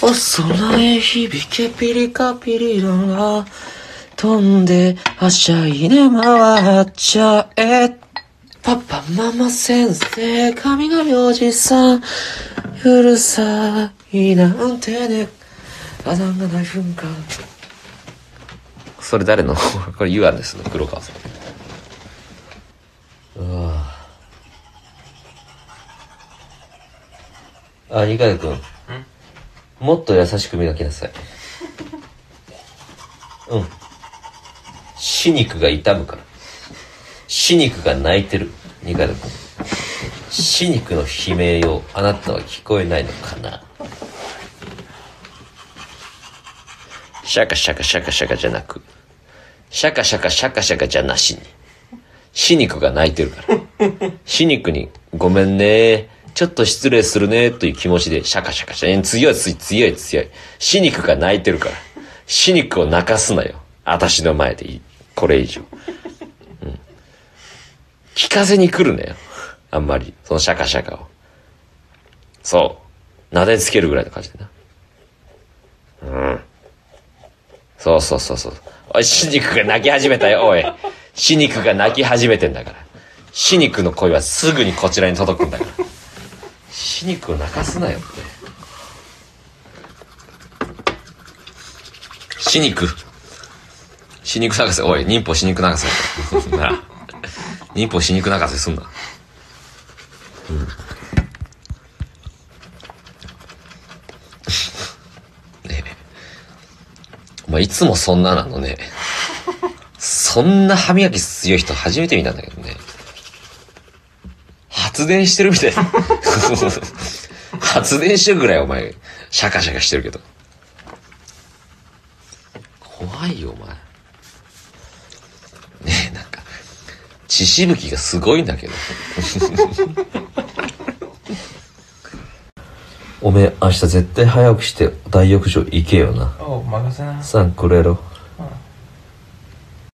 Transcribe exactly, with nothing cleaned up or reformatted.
お空へ響けピリカピリララ飛んではしゃいで回っちゃえパパママ先生神々おじさんうるさいなんてね火山が大噴火。それ誰のこれユアンですね、黒川さん。うわあ、二階君もっと優しく磨きなさい。うん。死肉が痛むから。死肉が泣いてる。二階君。死肉の悲鳴をあなたは聞こえないのかな。シャカシャカシャカシャカじゃなく、シャカシャカシャカシャカじゃなしに、死肉が泣いてるから。死肉にごめんね、ちょっと失礼するねという気持ちでシャカシャカシャカ、強い強い強い。死肉が泣いてるから。死肉を泣かすなよ。私の前でいい。これ以上。うん。聞かせに来るなよ。あんまり。そのシャカシャカを。そう。撫でつけるぐらいの感じでな。うん。そうそうそうそう。おい、死肉が泣き始めたよ、おい。死肉が泣き始めてんだから。死肉の声はすぐにこちらに届くんだから。死肉を泣かすなよって。死肉。死肉泣かせ。おい、忍法死肉泣かせ。なあ。忍法死肉泣かせすんな。うん。ねえ。お前いつもそんななのね。そんな歯磨き強い人初めて見たんだけどね。発電してるみたいな。発電してるぐらいお前、シャカシャカしてるけど。怖いよお前。ねえ、なんか、血しぶきがすごいんだけど。おめえ明日絶対早起きして大浴場行けよな。 おう、任せな。 さんくれろ。